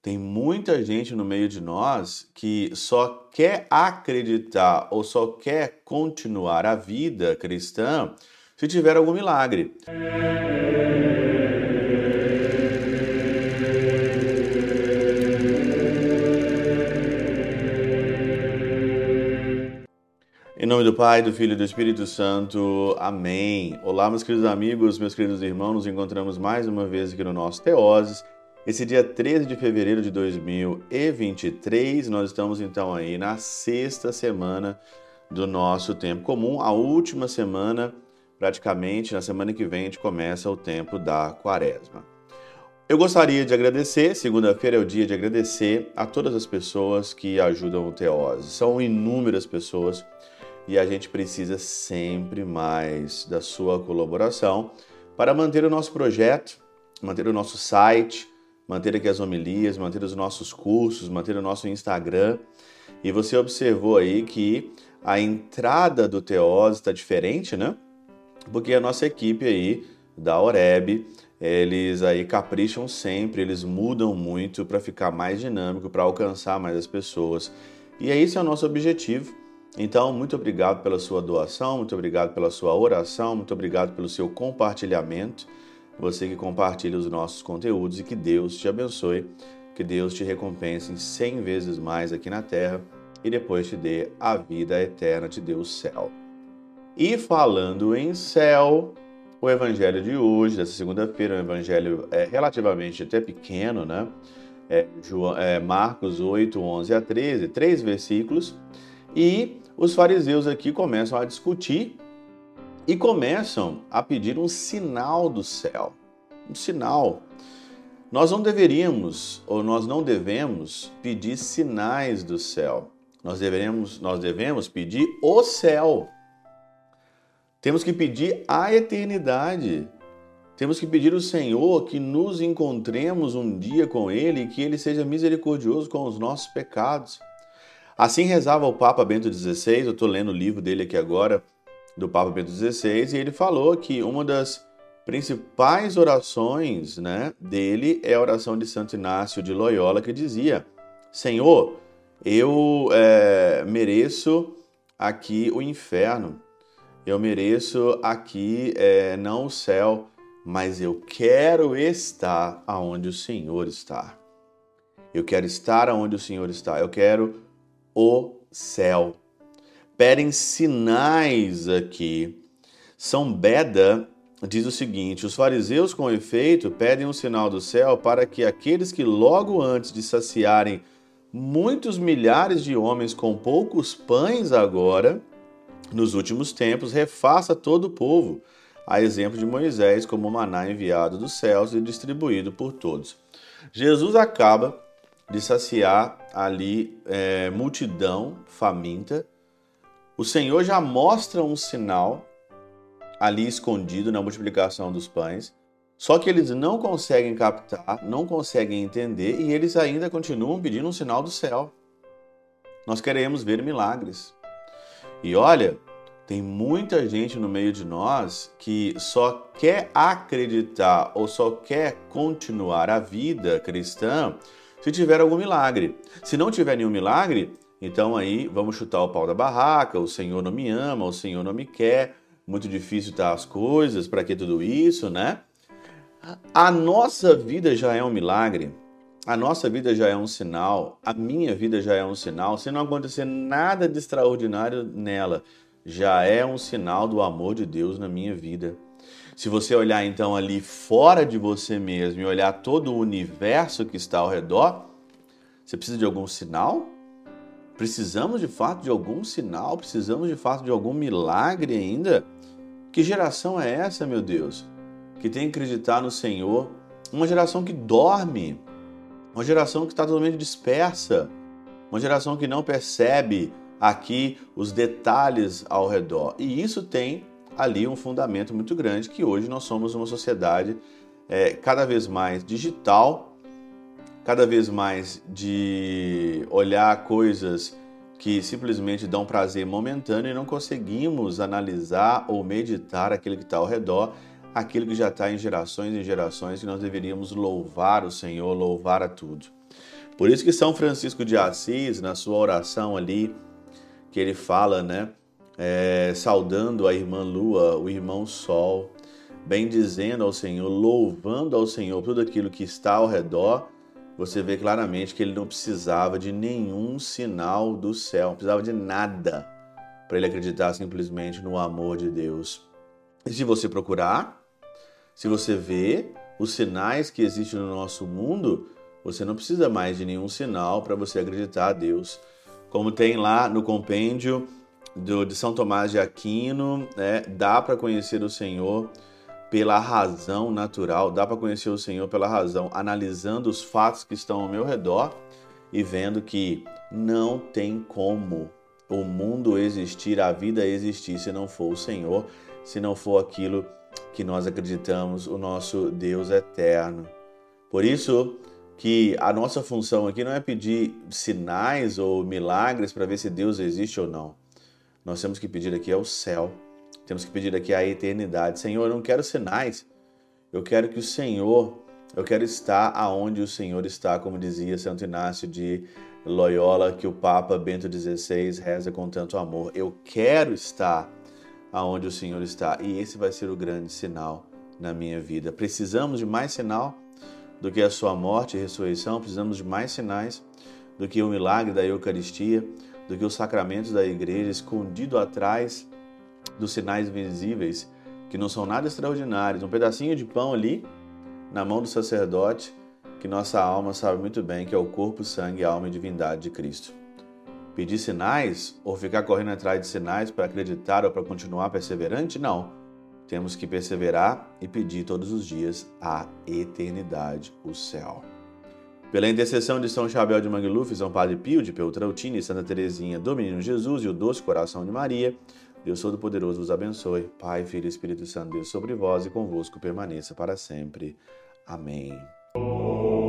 Tem muita gente no meio de nós que só quer acreditar ou só quer continuar a vida cristã se tiver algum milagre. Em nome do Pai, do Filho e do Espírito Santo. Amém. Olá, meus queridos amigos, meus queridos irmãos. Nos encontramos mais uma vez aqui no nosso Teoses. Esse dia 13 de fevereiro de 2023, nós estamos então aí na sexta semana do nosso tempo comum, a última semana, praticamente, na semana que vem a gente começa o tempo da Quaresma. Eu gostaria de agradecer, segunda-feira é o dia de agradecer a todas as pessoas que ajudam o Teoses. São inúmeras pessoas e a gente precisa sempre mais da sua colaboração para manter o nosso projeto, manter o nosso site, manter aqui as homilias, manter os nossos cursos, manter o nosso Instagram. E você observou aí que a entrada do Teoses está diferente, né? Porque a nossa equipe aí da Oreb, eles aí capricham sempre, eles mudam muito para ficar mais dinâmico, para alcançar mais as pessoas. E esse é o nosso objetivo. Então, muito obrigado pela sua doação, muito obrigado pela sua oração, muito obrigado pelo seu compartilhamento. Você que compartilha os nossos conteúdos e que Deus te abençoe, que Deus te recompense 100 vezes mais aqui na terra e depois te dê a vida eterna, te dê o céu. E falando em céu, o evangelho de hoje, dessa segunda-feira, é um evangelho relativamente até pequeno, né? Marcos 8, 11 a 13, 3 versículos. E os fariseus aqui começam a discutir e começam a pedir um sinal do céu. Um sinal. Nós não deveríamos, ou nós não devemos pedir sinais do céu. Nós devemos pedir o céu. Temos que pedir a eternidade. Temos que pedir ao Senhor que nos encontremos um dia com Ele e que Ele seja misericordioso com os nossos pecados. Assim rezava o Papa Bento XVI, eu estou lendo o livro dele aqui agora, do Papa Bento XVI, e ele falou que uma das principais orações, né, dele é a oração de Santo Inácio de Loyola, que dizia: Senhor, eu mereço aqui o inferno, eu mereço aqui não o céu, mas eu quero estar aonde o Senhor está. Eu quero estar aonde o Senhor está, eu quero o céu. Pedem sinais aqui. São Beda diz o seguinte: os fariseus, com efeito, pedem um sinal do céu para que aqueles que logo antes de saciarem muitos milhares de homens com poucos pães agora, nos últimos tempos, refaça todo o povo, a exemplo de Moisés, como maná enviado dos céus e distribuído por todos. Jesus acaba de saciar ali multidão faminta. O Senhor já mostra um sinal ali escondido na multiplicação dos pães, só que eles não conseguem captar, não conseguem entender e eles ainda continuam pedindo um sinal do céu. Nós queremos ver milagres. E olha, tem muita gente no meio de nós que só quer acreditar ou só quer continuar a vida cristã se tiver algum milagre. Se não tiver nenhum milagre, então aí vamos chutar o pau da barraca, o Senhor não me ama, o Senhor não me quer, muito difícil tá as coisas, para que tudo isso, né? A nossa vida já é um milagre, a nossa vida já é um sinal, a minha vida já é um sinal. Se não acontecer nada de extraordinário nela, já é um sinal do amor de Deus na minha vida. Se você olhar então ali fora de você mesmo e olhar todo o universo que está ao redor, você precisa de algum sinal? Precisamos de fato de algum sinal? Precisamos de fato de algum milagre ainda? Que geração é essa, meu Deus? Que tem que acreditar no Senhor? Uma geração que dorme, uma geração que está totalmente dispersa, uma geração que não percebe aqui os detalhes ao redor. E isso tem ali um fundamento muito grande, que hoje nós somos uma sociedade cada vez mais digital, cada vez mais de olhar coisas que simplesmente dão prazer momentâneo e não conseguimos analisar ou meditar aquilo que está ao redor, aquilo que já está em gerações e gerações, que nós deveríamos louvar o Senhor, louvar a tudo. Por isso que São Francisco de Assis, na sua oração ali, que ele fala, né, saudando a irmã Lua, o irmão Sol, bendizendo ao Senhor, louvando ao Senhor tudo aquilo que está ao redor, você vê claramente que ele não precisava de nenhum sinal do céu, não precisava de nada para ele acreditar simplesmente no amor de Deus. E se você procurar, se você vê os sinais que existem no nosso mundo, você não precisa mais de nenhum sinal para você acreditar a Deus. Como tem lá no compêndio de São Tomás de Aquino, dá para conhecer o Senhor pela razão natural, dá para conhecer o Senhor pela razão, analisando os fatos que estão ao meu redor e vendo que não tem como o mundo existir, a vida existir, se não for o Senhor, se não for aquilo que nós acreditamos, o nosso Deus eterno. Por isso que a nossa função aqui não é pedir sinais ou milagres para ver se Deus existe ou não. Nós temos que pedir aqui ao céu. Temos que pedir aqui a eternidade. Senhor, eu não quero sinais. Eu quero que o Senhor, eu quero estar aonde o Senhor está, como dizia Santo Inácio de Loyola, que o Papa Bento XVI reza com tanto amor. Eu quero estar aonde o Senhor está. E esse vai ser o grande sinal na minha vida. Precisamos de mais sinal do que a sua morte e ressurreição. Precisamos de mais sinais do que o milagre da Eucaristia, do que os sacramentos da igreja, escondido atrás dos sinais visíveis, que não são nada extraordinários. Um pedacinho de pão ali, na mão do sacerdote, que nossa alma sabe muito bem que é o corpo, sangue, alma e divindade de Cristo. Pedir sinais, ou ficar correndo atrás de sinais para acreditar ou para continuar perseverante? Não. Temos que perseverar e pedir todos os dias a eternidade, o céu. Pela intercessão de São Chabel de Mangluf, São Padre Pio de Peltrautina e Santa Teresinha do Menino Jesus e o Doce Coração de Maria, Deus Todo-Poderoso vos abençoe. Pai, Filho e Espírito Santo, Deus sobre vós e convosco permaneça para sempre. Amém.